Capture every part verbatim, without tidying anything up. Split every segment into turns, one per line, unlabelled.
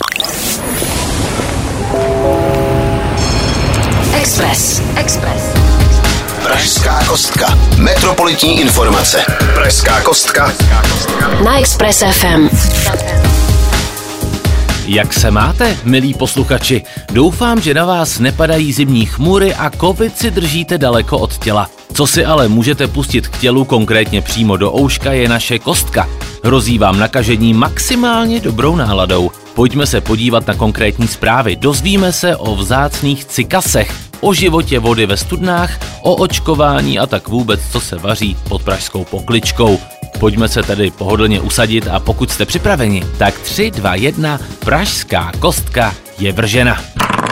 Express. Express.
Pražská kostka. Metropolitní informace. Pražská kostka.
Na Express F M.
Jak se máte, milí posluchači? Doufám, že na vás nepadají zimní chmury a covid si držíte daleko od těla. Co si ale můžete pustit k tělu, konkrétně přímo do ouška, je naše kostka. Hrozí vám nakažení maximálně dobrou náladou. Pojďme se podívat na konkrétní zprávy. Dozvíme se o vzácných cykasech, o životě vody ve studnách, o očkování a tak vůbec, co se vaří pod pražskou pokličkou. Pojďme se tedy pohodlně usadit a pokud jste připraveni, tak tři, dva, jedna, pražská kostka je vržena.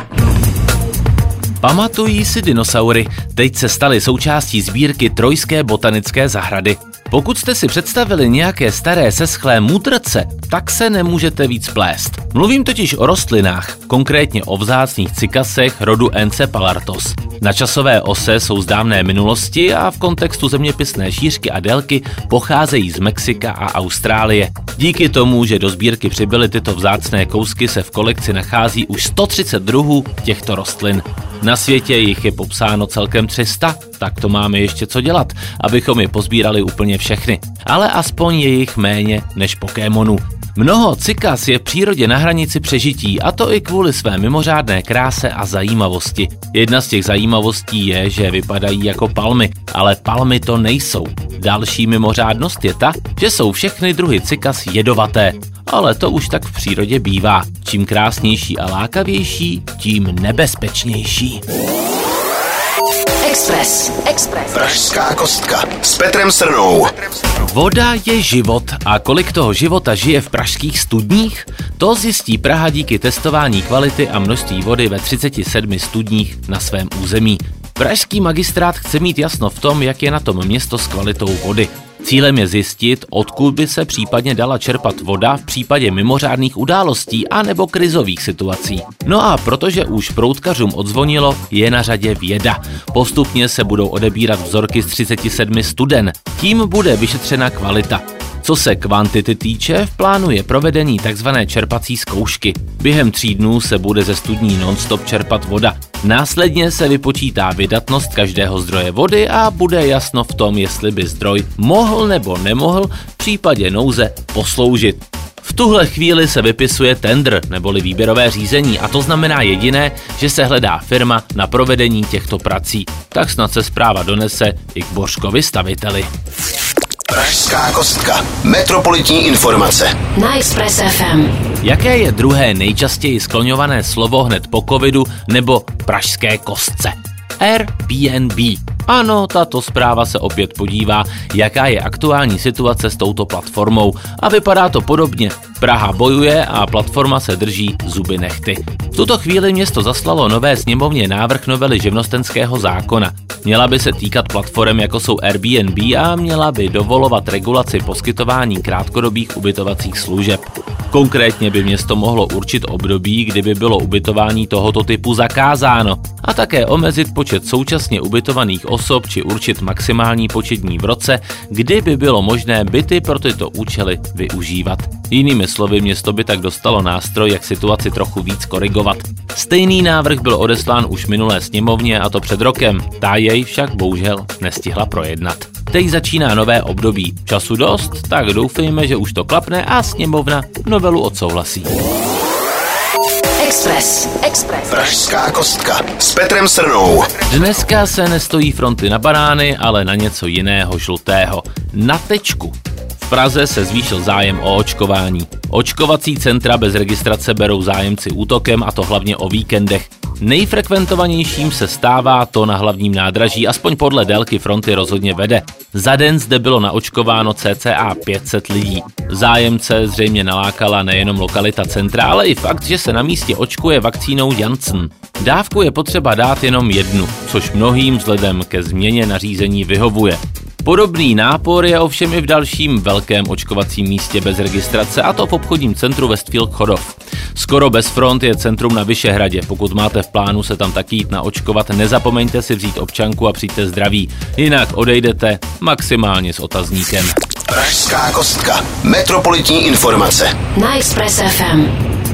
Pamatují si dinosaury, teď se staly součástí sbírky Trojské botanické zahrady. Pokud jste si představili nějaké staré seschlé mudrce, tak se nemůžete víc plést. Mluvím totiž o rostlinách, konkrétně o vzácných cykasech rodu Encepalartos. Na časové ose jsou z dávné minulosti a v kontextu zeměpisné šířky a délky pocházejí z Mexika a Austrálie. Díky tomu, že do sbírky přibyly tyto vzácné kousky, se v kolekci nachází už sto třicet druhů těchto rostlin. Na světě jich je popsáno celkem tři sta, tak to máme ještě co dělat, abychom je pozbírali úplně všechny. Ale aspoň je jich méně než Pokémonů. Mnoho cykas je v přírodě na hranici přežití, a to i kvůli své mimořádné kráse a zajímavosti. Jedna z těch zajímavostí je, že vypadají jako palmy, ale palmy to nejsou. Další mimořádnost je ta, že jsou všechny druhy cykas jedovaté. Ale to už tak v přírodě bývá. Čím krásnější a lákavější, tím nebezpečnější.
Express. Express.
Pražská kostka s Petrem Srnou.
Voda je život a kolik toho života žije v pražských studních? To zjistí Praha díky testování kvality a množství vody ve třiceti sedmi studních na svém území. Pražský magistrát chce mít jasno v tom, jak je na tom město s kvalitou vody. Cílem je zjistit, odkud by se případně dala čerpat voda v případě mimořádných událostí a nebo krizových situací. No a protože už proutkařům odzvonilo, je na řadě věda. Postupně se budou odebírat vzorky z třiceti sedmi studen. Tím bude vyšetřena kvalita. Co se kvantity týče, v plánu je provedení tzv. Čerpací zkoušky. Během tří dnů se bude ze studní non-stop čerpat voda. Následně se vypočítá vydatnost každého zdroje vody a bude jasno v tom, jestli by zdroj mohl nebo nemohl v případě nouze posloužit. V tuhle chvíli se vypisuje tendr neboli výběrové řízení a to znamená jediné, že se hledá firma na provedení těchto prací. Tak snad se zpráva donese i k Božkovi staviteli.
Pražská kostka. Metropolitní informace.
Na Express F M.
Jaké je druhé nejčastěji skloňované slovo hned po covidu nebo pražské kostce? Airbnb. Ano, tato zpráva se opět podívá, jaká je aktuální situace s touto platformou. A vypadá to podobně. Praha bojuje a platforma se drží zuby nehty. V tuto chvíli město zaslalo nové sněmovně návrh novely živnostenského zákona. Měla by se týkat platform jako jsou Airbnb a měla by dovolovat regulaci poskytování krátkodobých ubytovacích služeb. Konkrétně by město mohlo určit období, kdy by bylo ubytování tohoto typu zakázáno a také omezit počet současně ubytovaných osob či určit maximální počet dní v roce, kdy by bylo možné byty pro tyto účely využívat. Jinými slovy, město by tak dostalo nástroj, jak situaci trochu víc korigovat. Stejný návrh byl odeslán už minulé sněmovně a to před rokem, ta jej však bohužel nestihla projednat. Teď začíná nové období. Času dost, tak doufejme, že už to klapne a sněmovna novelu odsouhlasí.
Express. Express.
Pražská kostka s Petrem Srnou.
Dneska se nestojí fronty na banány, ale na něco jiného žlutého. Na tečku. V Praze se zvýšil zájem o očkování. Očkovací centra bez registrace berou zájemci útokem, a to hlavně o víkendech. Nejfrekventovanějším se stává to na hlavním nádraží, aspoň podle délky fronty rozhodně vede. Za den zde bylo naočkováno cca pět set lidí. Zájemce zřejmě nalákala nejenom lokalita centra, ale i fakt, že se na místě očkuje vakcínou Janssen. Dávku je potřeba dát jenom jednu, což mnohým vzhledem ke změně nařízení vyhovuje. Podobný nápor je ovšem i v dalším velkém očkovacím místě bez registrace, a to v obchodním centru Westfield Chodov. Skoro bez front je centrum na Vyšehradě. Pokud máte v plánu se tam taky jít naočkovat, nezapomeňte si vzít občanku a přijďte zdraví. Jinak odejdete maximálně s otazníkem.
Pražská kostka. Metropolitní informace.
Na Express F M.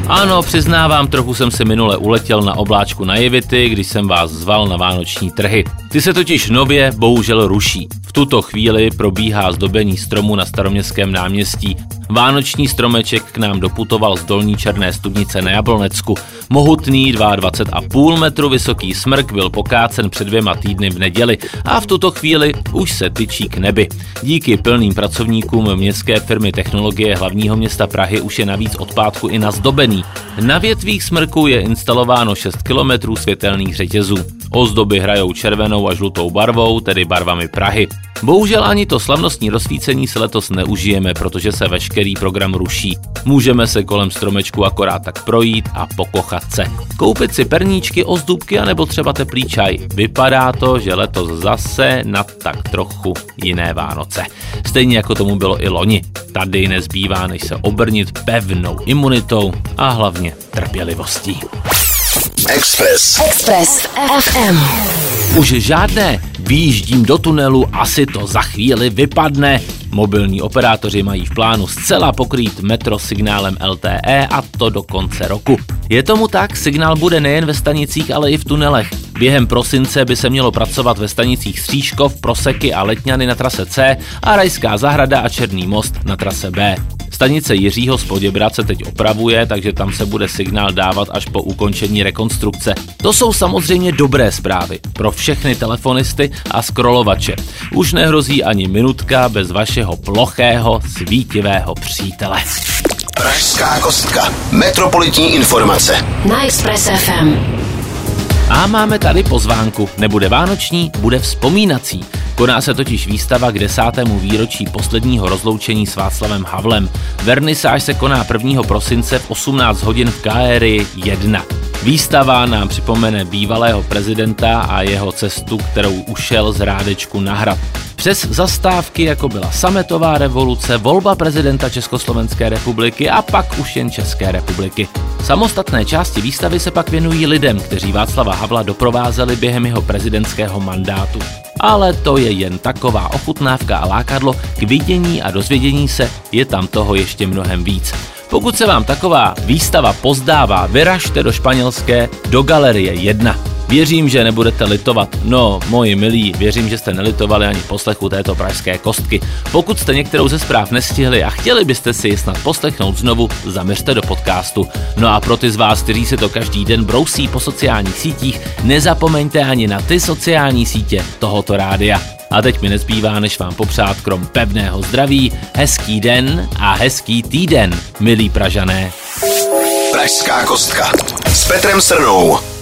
Ano, přiznávám, trochu jsem si minule uletěl na obláčku naivity, když jsem vás zval na vánoční trhy. Ty se totiž nově bohužel ruší. V tuto chvíli probíhá zdobení stromu na Staroměstském náměstí. Vánoční stromeček k nám doputoval z Dolní Černé studnice na Jablonecku. Mohutný dvacet dva a půl metru vysoký smrk byl pokácen před dvěma týdny v neděli a v tuto chvíli už se tyčí k nebi. Díky pilným pracovníkům městské firmy Technologie hlavního města Prahy už je navíc od pátku i nazdobený. Na větvích smrku je instalováno šest kilometrů světelných řetězů. Ozdoby hrajou červenou a žlutou barvou, tedy barvami Prahy. Bohužel ani to slavnostní rozsvícení se letos neužijeme, protože se veškerý program ruší. Můžeme se kolem stromečku akorát tak projít a pokochat se. Koupit si perníčky, ozdůbky anebo třeba teplý čaj. Vypadá to, že letos zase na tak trochu jiné Vánoce. Stejně jako tomu bylo i loni. Tady nezbývá, než se obrnit pevnou imunitou a hlavně trpělivostí.
Express.
Express ef em.
Už žádné výjíždím do tunelu, asi to za chvíli vypadne. Mobilní operátoři mají v plánu zcela pokrýt metro signálem el té é a to do konce roku. Je tomu tak, signál bude nejen ve stanicích, ale i v tunelech. Během prosince by se mělo pracovat ve stanicích Stříškov, Proseky a Letňany na trase C a Rajská zahrada a Černý most na trase B. Stanice Jiřího z Poděbrad se teď opravuje, takže tam se bude signál dávat až po ukončení rekonstrukce. To jsou samozřejmě dobré zprávy pro všechny telefonisty a scrollovače. Už nehrozí ani minutka bez vašeho plochého, svítivého přítele.
Pražská kostka. Metropolitní informace.
Na Express ef em.
A máme tady pozvánku. Nebude vánoční, bude vzpomínací. Koná se totiž výstava k desátému výročí posledního rozloučení s Václavem Havlem. Vernisáž se koná prvního prosince v osmnáct hodin v galerii jedna. Výstava nám připomene bývalého prezidenta a jeho cestu, kterou ušel z Rádečku na Hrad. Přes zastávky, jako byla sametová revoluce, volba prezidenta Československé republiky a pak už jen České republiky. Samostatné části výstavy se pak věnují lidem, kteří Václava Havla doprovázeli během jeho prezidentského mandátu. Ale to je jen taková ochutnávka a lákadlo k vidění a dozvědění se, je tam toho ještě mnohem víc. Pokud se vám taková výstava pozdává, vyražte do Španělské do galerie jedna. Věřím, že nebudete litovat. No, moji milí, věřím, že jste nelitovali ani poslechu této pražské kostky. Pokud jste některou ze zpráv nestihli a chtěli byste si ji snad poslechnout znovu, zaměřte do podcastu. No a pro ty z vás, kteří se to každý den brousí po sociálních sítích, nezapomeňte ani na ty sociální sítě tohoto rádia. A teď mi nezbývá, než vám popřát krom pevného zdraví, hezký den a hezký týden, milí Pražané.
Pražská kostka s Petrem Srnou.